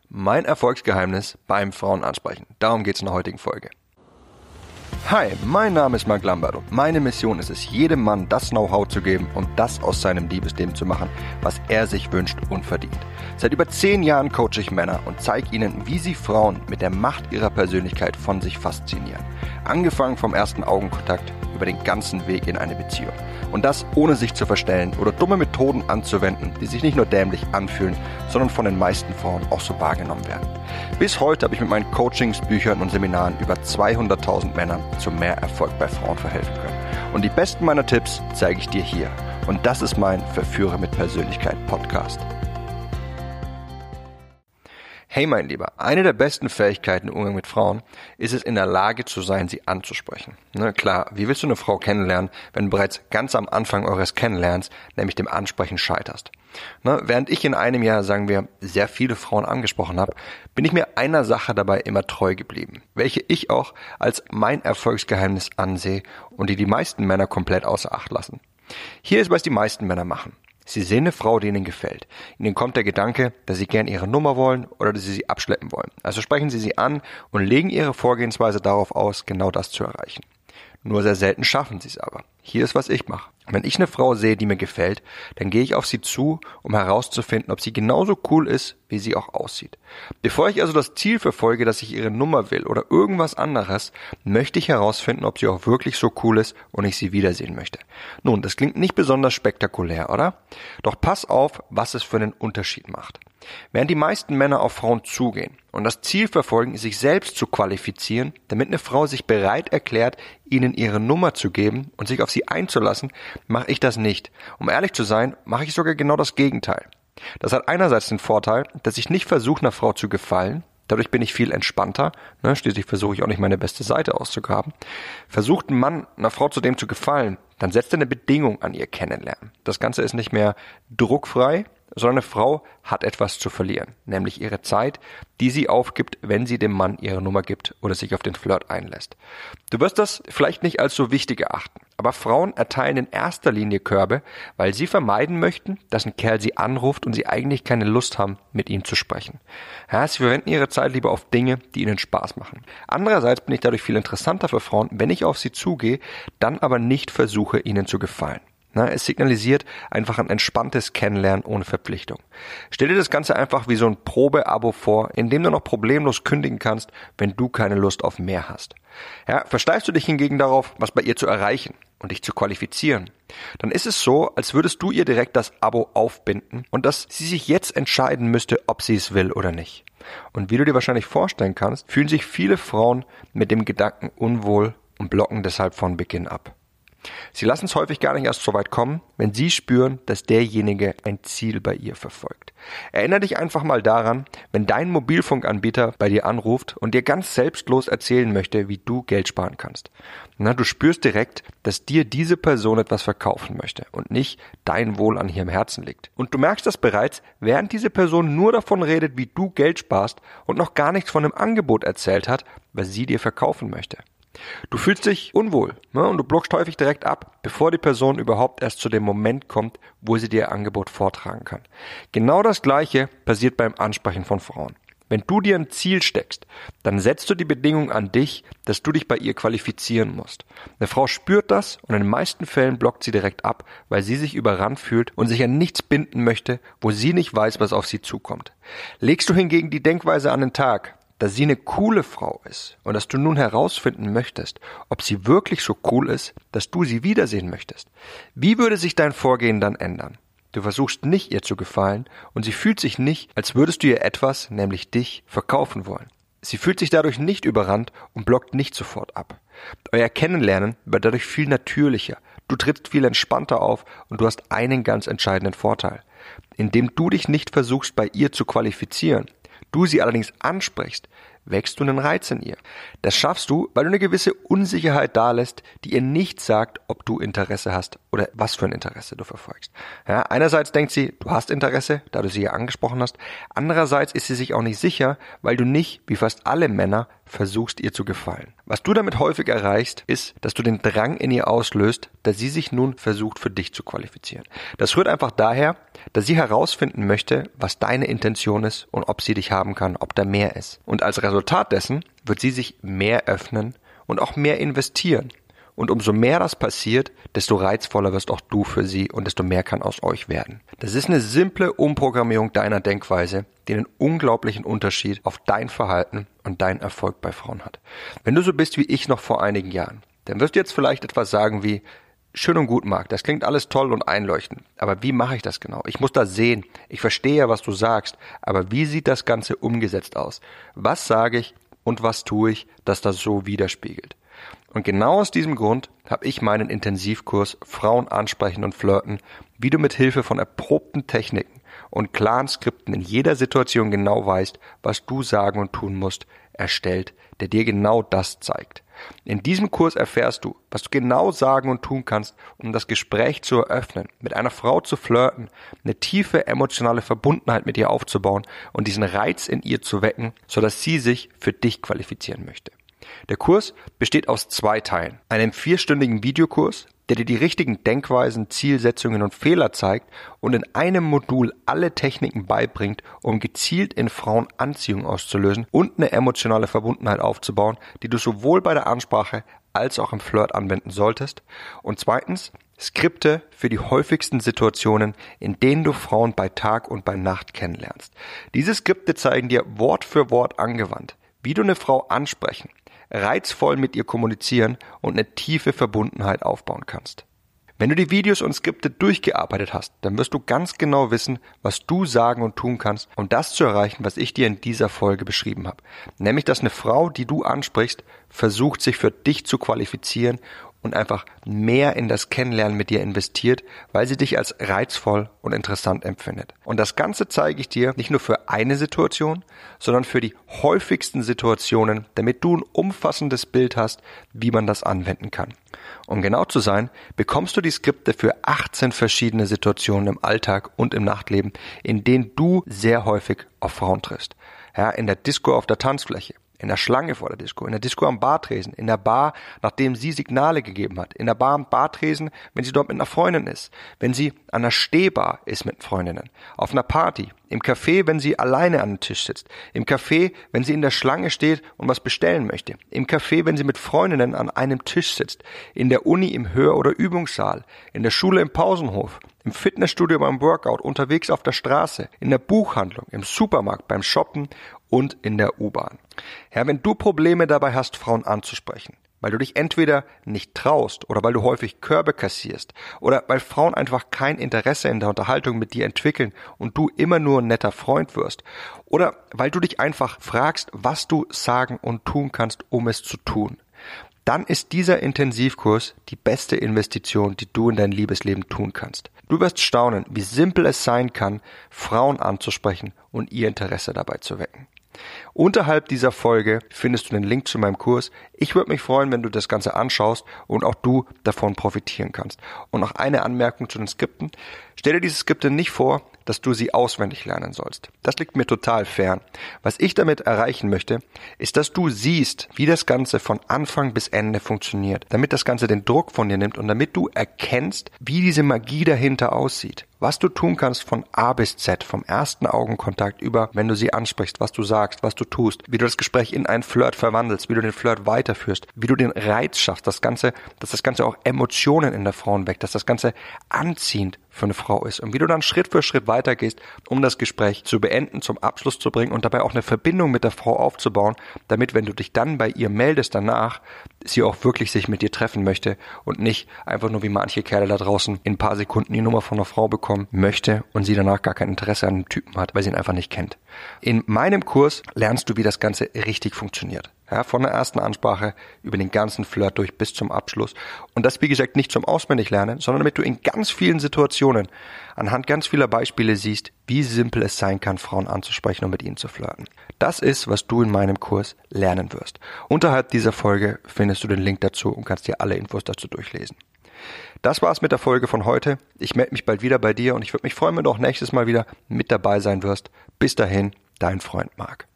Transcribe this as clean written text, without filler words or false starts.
Mein Erfolgsgeheimnis beim Frauen ansprechen. Darum geht es in der heutigen Folge. Hi, mein Name ist Marc Lambert und meine Mission ist es, jedem Mann das Know-how zu geben und das aus seinem Liebesleben zu machen, was er sich wünscht und verdient. Seit über 10 Jahren coache ich Männer und zeige ihnen, wie sie Frauen mit der Macht ihrer Persönlichkeit von sich faszinieren. Angefangen vom ersten Augenkontakt über den ganzen Weg in eine Beziehung. Und das ohne sich zu verstellen oder dumme Methoden anzuwenden, die sich nicht nur dämlich anfühlen, sondern von den meisten Frauen auch so wahrgenommen werden. Bis heute habe ich mit meinen Coachings, Büchern und Seminaren über 200.000 Männern zu mehr Erfolg bei Frauen verhelfen können. Und die besten meiner Tipps zeige ich dir hier. Und das ist mein Verführer mit Persönlichkeit Podcast. Hey mein Lieber, eine der besten Fähigkeiten im Umgang mit Frauen ist es, in der Lage zu sein, sie anzusprechen. Klar, wie willst du eine Frau kennenlernen, wenn du bereits ganz am Anfang eures Kennenlernens, nämlich dem Ansprechen, scheiterst? Während ich in einem Jahr, sagen wir, sehr viele Frauen angesprochen habe, bin ich mir einer Sache dabei immer treu geblieben, welche ich auch als mein Erfolgsgeheimnis ansehe und die meisten Männer komplett außer Acht lassen. Hier ist, was die meisten Männer machen. Sie sehen eine Frau, die ihnen gefällt. Ihnen kommt der Gedanke, dass sie gern ihre Nummer wollen oder dass sie abschleppen wollen. Also sprechen sie an und legen ihre Vorgehensweise darauf aus, genau das zu erreichen. Nur sehr selten schaffen sie es aber. Hier ist, was ich mache. Wenn ich eine Frau sehe, die mir gefällt, dann gehe ich auf sie zu, um herauszufinden, ob sie genauso cool ist, wie sie auch aussieht. Bevor ich also das Ziel verfolge, dass ich ihre Nummer will oder irgendwas anderes, möchte ich herausfinden, ob sie auch wirklich so cool ist und ich sie wiedersehen möchte. Nun, das klingt nicht besonders spektakulär, oder? Doch pass auf, was es für einen Unterschied macht. Während die meisten Männer auf Frauen zugehen und das Ziel verfolgen, sich selbst zu qualifizieren, damit eine Frau sich bereit erklärt, ihnen ihre Nummer zu geben und sich auf sie einzulassen, mache ich das nicht. Um ehrlich zu sein, mache ich sogar genau das Gegenteil. Das hat einerseits den Vorteil, dass ich nicht versuche, einer Frau zu gefallen. Dadurch bin ich viel entspannter. Schließlich versuche ich auch nicht, meine beste Seite auszugraben. Versucht ein Mann, einer Frau zudem zu gefallen, dann setzt er eine Bedingung an ihr Kennenlernen. Das Ganze ist nicht mehr druckfrei, sondern eine Frau hat etwas zu verlieren, nämlich ihre Zeit, die sie aufgibt, wenn sie dem Mann ihre Nummer gibt oder sich auf den Flirt einlässt. Du wirst das vielleicht nicht als so wichtig erachten, aber Frauen erteilen in erster Linie Körbe, weil sie vermeiden möchten, dass ein Kerl sie anruft und sie eigentlich keine Lust haben, mit ihm zu sprechen. Ja, sie verwenden ihre Zeit lieber auf Dinge, die ihnen Spaß machen. Andererseits bin ich dadurch viel interessanter für Frauen, wenn ich auf sie zugehe, dann aber nicht versuche, ihnen zu gefallen. Es signalisiert einfach ein entspanntes Kennenlernen ohne Verpflichtung. Stell dir das Ganze einfach wie so ein Probeabo vor, in dem du noch problemlos kündigen kannst, wenn du keine Lust auf mehr hast. Ja, versteifst du dich hingegen darauf, was bei ihr zu erreichen und dich zu qualifizieren, dann ist es so, als würdest du ihr direkt das Abo aufbinden und dass sie sich jetzt entscheiden müsste, ob sie es will oder nicht. Und wie du dir wahrscheinlich vorstellen kannst, fühlen sich viele Frauen mit dem Gedanken unwohl und blocken deshalb von Beginn ab. Sie lassen es häufig gar nicht erst so weit kommen, wenn sie spüren, dass derjenige ein Ziel bei ihr verfolgt. Erinnere dich einfach mal daran, wenn dein Mobilfunkanbieter bei dir anruft und dir ganz selbstlos erzählen möchte, wie du Geld sparen kannst. Du spürst direkt, dass dir diese Person etwas verkaufen möchte und nicht dein Wohl an ihrem Herzen liegt. Und du merkst das bereits, während diese Person nur davon redet, wie du Geld sparst und noch gar nichts von dem Angebot erzählt hat, was sie dir verkaufen möchte. Du fühlst dich unwohl und du blockst häufig direkt ab, bevor die Person überhaupt erst zu dem Moment kommt, wo sie dir ihr Angebot vortragen kann. Genau das Gleiche passiert beim Ansprechen von Frauen. Wenn du dir ein Ziel steckst, dann setzt du die Bedingung an dich, dass du dich bei ihr qualifizieren musst. Eine Frau spürt das und in den meisten Fällen blockt sie direkt ab, weil sie sich überrannt fühlt und sich an nichts binden möchte, wo sie nicht weiß, was auf sie zukommt. Legst du hingegen die Denkweise an den Tag, dass sie eine coole Frau ist und dass du nun herausfinden möchtest, ob sie wirklich so cool ist, dass du sie wiedersehen möchtest. Wie würde sich dein Vorgehen dann ändern? Du versuchst nicht, ihr zu gefallen und sie fühlt sich nicht, als würdest du ihr etwas, nämlich dich, verkaufen wollen. Sie fühlt sich dadurch nicht überrannt und blockt nicht sofort ab. Euer Kennenlernen wird dadurch viel natürlicher. Du trittst viel entspannter auf und du hast einen ganz entscheidenden Vorteil. Indem du dich nicht versuchst, bei ihr zu qualifizieren, du sie allerdings ansprichst, wächst du einen Reiz in ihr. Das schaffst du, weil du eine gewisse Unsicherheit dalässt, die ihr nicht sagt, ob du Interesse hast oder was für ein Interesse du verfolgst. Ja, einerseits denkt sie, du hast Interesse, da du sie ja angesprochen hast. Andererseits ist sie sich auch nicht sicher, weil du nicht, wie fast alle Männer, versuchst ihr zu gefallen. Was du damit häufig erreichst, ist, dass du den Drang in ihr auslöst, dass sie sich nun versucht, für dich zu qualifizieren. Das rührt einfach daher, dass sie herausfinden möchte, was deine Intention ist und ob sie dich haben kann, ob da mehr ist. Und als Resultat dessen wird sie sich mehr öffnen und auch mehr investieren. Und umso mehr das passiert, desto reizvoller wirst auch du für sie und desto mehr kann aus euch werden. Das ist eine simple Umprogrammierung deiner Denkweise, die einen unglaublichen Unterschied auf dein Verhalten und deinen Erfolg bei Frauen hat. Wenn du so bist wie ich noch vor einigen Jahren, dann wirst du jetzt vielleicht etwas sagen wie: Schön und gut, Marc, das klingt alles toll und einleuchtend, aber wie mache ich das genau? Ich muss das sehen, ich verstehe ja, was du sagst, aber wie sieht das Ganze umgesetzt aus? Was sage ich und was tue ich, dass das so widerspiegelt? Und genau aus diesem Grund habe ich meinen Intensivkurs Frauen ansprechen und flirten, wie du mit Hilfe von erprobten Techniken und klaren Skripten in jeder Situation genau weißt, was du sagen und tun musst, erstellt, der dir genau das zeigt. In diesem Kurs erfährst du, was du genau sagen und tun kannst, um das Gespräch zu eröffnen, mit einer Frau zu flirten, eine tiefe emotionale Verbundenheit mit ihr aufzubauen und diesen Reiz in ihr zu wecken, sodass sie sich für dich qualifizieren möchte. Der Kurs besteht aus 2 Teilen. Einem 4-stündigen Videokurs, der dir die richtigen Denkweisen, Zielsetzungen und Fehler zeigt und in einem Modul alle Techniken beibringt, um gezielt in Frauen Anziehung auszulösen und eine emotionale Verbundenheit aufzubauen, die du sowohl bei der Ansprache als auch im Flirt anwenden solltest. Und 2. Skripte für die häufigsten Situationen, in denen du Frauen bei Tag und bei Nacht kennenlernst. Diese Skripte zeigen dir Wort für Wort angewandt, wie du eine Frau ansprechen, reizvoll mit ihr kommunizieren und eine tiefe Verbundenheit aufbauen kannst. Wenn du die Videos und Skripte durchgearbeitet hast, dann wirst du ganz genau wissen, was du sagen und tun kannst, um das zu erreichen, was ich dir in dieser Folge beschrieben habe. Nämlich, dass eine Frau, die du ansprichst, versucht, sich für dich zu qualifizieren und einfach mehr in das Kennenlernen mit dir investiert, weil sie dich als reizvoll und interessant empfindet. Und das Ganze zeige ich dir nicht nur für eine Situation, sondern für die häufigsten Situationen, damit du ein umfassendes Bild hast, wie man das anwenden kann. Um genau zu sein, bekommst du die Skripte für 18 verschiedene Situationen im Alltag und im Nachtleben, in denen du sehr häufig auf Frauen triffst. Ja, in der Disco auf der Tanzfläche, in der Schlange vor der Disco am Bartresen, in der Bar, nachdem sie Signale gegeben hat, in der Bar am Bartresen, wenn sie dort mit einer Freundin ist, wenn sie an einer Stehbar ist mit Freundinnen, auf einer Party, im Café, wenn sie alleine an den Tisch sitzt, im Café, wenn sie in der Schlange steht und was bestellen möchte, im Café, wenn sie mit Freundinnen an einem Tisch sitzt, in der Uni im Hör- oder Übungssaal, in der Schule im Pausenhof, im Fitnessstudio beim Workout, unterwegs auf der Straße, in der Buchhandlung, im Supermarkt, beim Shoppen und in der U-Bahn. Ja, wenn du Probleme dabei hast, Frauen anzusprechen, weil du dich entweder nicht traust oder weil du häufig Körbe kassierst oder weil Frauen einfach kein Interesse in der Unterhaltung mit dir entwickeln und du immer nur ein netter Freund wirst oder weil du dich einfach fragst, was du sagen und tun kannst, um es zu tun, dann ist dieser Intensivkurs die beste Investition, die du in dein Liebesleben tun kannst. Du wirst staunen, wie simpel es sein kann, Frauen anzusprechen und ihr Interesse dabei zu wecken. Unterhalb dieser Folge findest du den Link zu meinem Kurs. Ich würde mich freuen, wenn du das Ganze anschaust und auch du davon profitieren kannst. Und noch eine Anmerkung zu den Skripten. Stell dir diese Skripte nicht vor, dass du sie auswendig lernen sollst. Das liegt mir total fern. Was ich damit erreichen möchte, ist, dass du siehst, wie das Ganze von Anfang bis Ende funktioniert, damit das Ganze den Druck von dir nimmt und damit du erkennst, wie diese Magie dahinter aussieht. Was du tun kannst von A bis Z, vom ersten Augenkontakt über, wenn du sie ansprichst, was du sagst, was du tust, wie du das Gespräch in einen Flirt verwandelst, wie du den Flirt weiterführst, wie du den Reiz schaffst, dass das Ganze auch Emotionen in der Frau weckt, dass das Ganze anziehend für eine Frau ist und wie du dann Schritt für Schritt weitergehst, um das Gespräch zu beenden, zum Abschluss zu bringen und dabei auch eine Verbindung mit der Frau aufzubauen, damit, wenn du dich dann bei ihr meldest danach, sie auch wirklich sich mit dir treffen möchte und nicht einfach nur wie manche Kerle da draußen in ein paar Sekunden die Nummer von einer Frau bekommen möchte und sie danach gar kein Interesse an dem Typen hat, weil sie ihn einfach nicht kennt. In meinem Kurs lernst du, wie das Ganze richtig funktioniert. Ja, von der ersten Ansprache über den ganzen Flirt durch bis zum Abschluss. Und das, wie gesagt, nicht zum Auswendiglernen, sondern damit du in ganz vielen Situationen anhand ganz vieler Beispiele siehst, wie simpel es sein kann, Frauen anzusprechen und mit ihnen zu flirten. Das ist, was du in meinem Kurs lernen wirst. Unterhalb dieser Folge findest du den Link dazu und kannst dir alle Infos dazu durchlesen. Das war's mit der Folge von heute. Ich melde mich bald wieder bei dir und ich würde mich freuen, wenn du auch nächstes Mal wieder mit dabei sein wirst. Bis dahin, dein Freund Marc.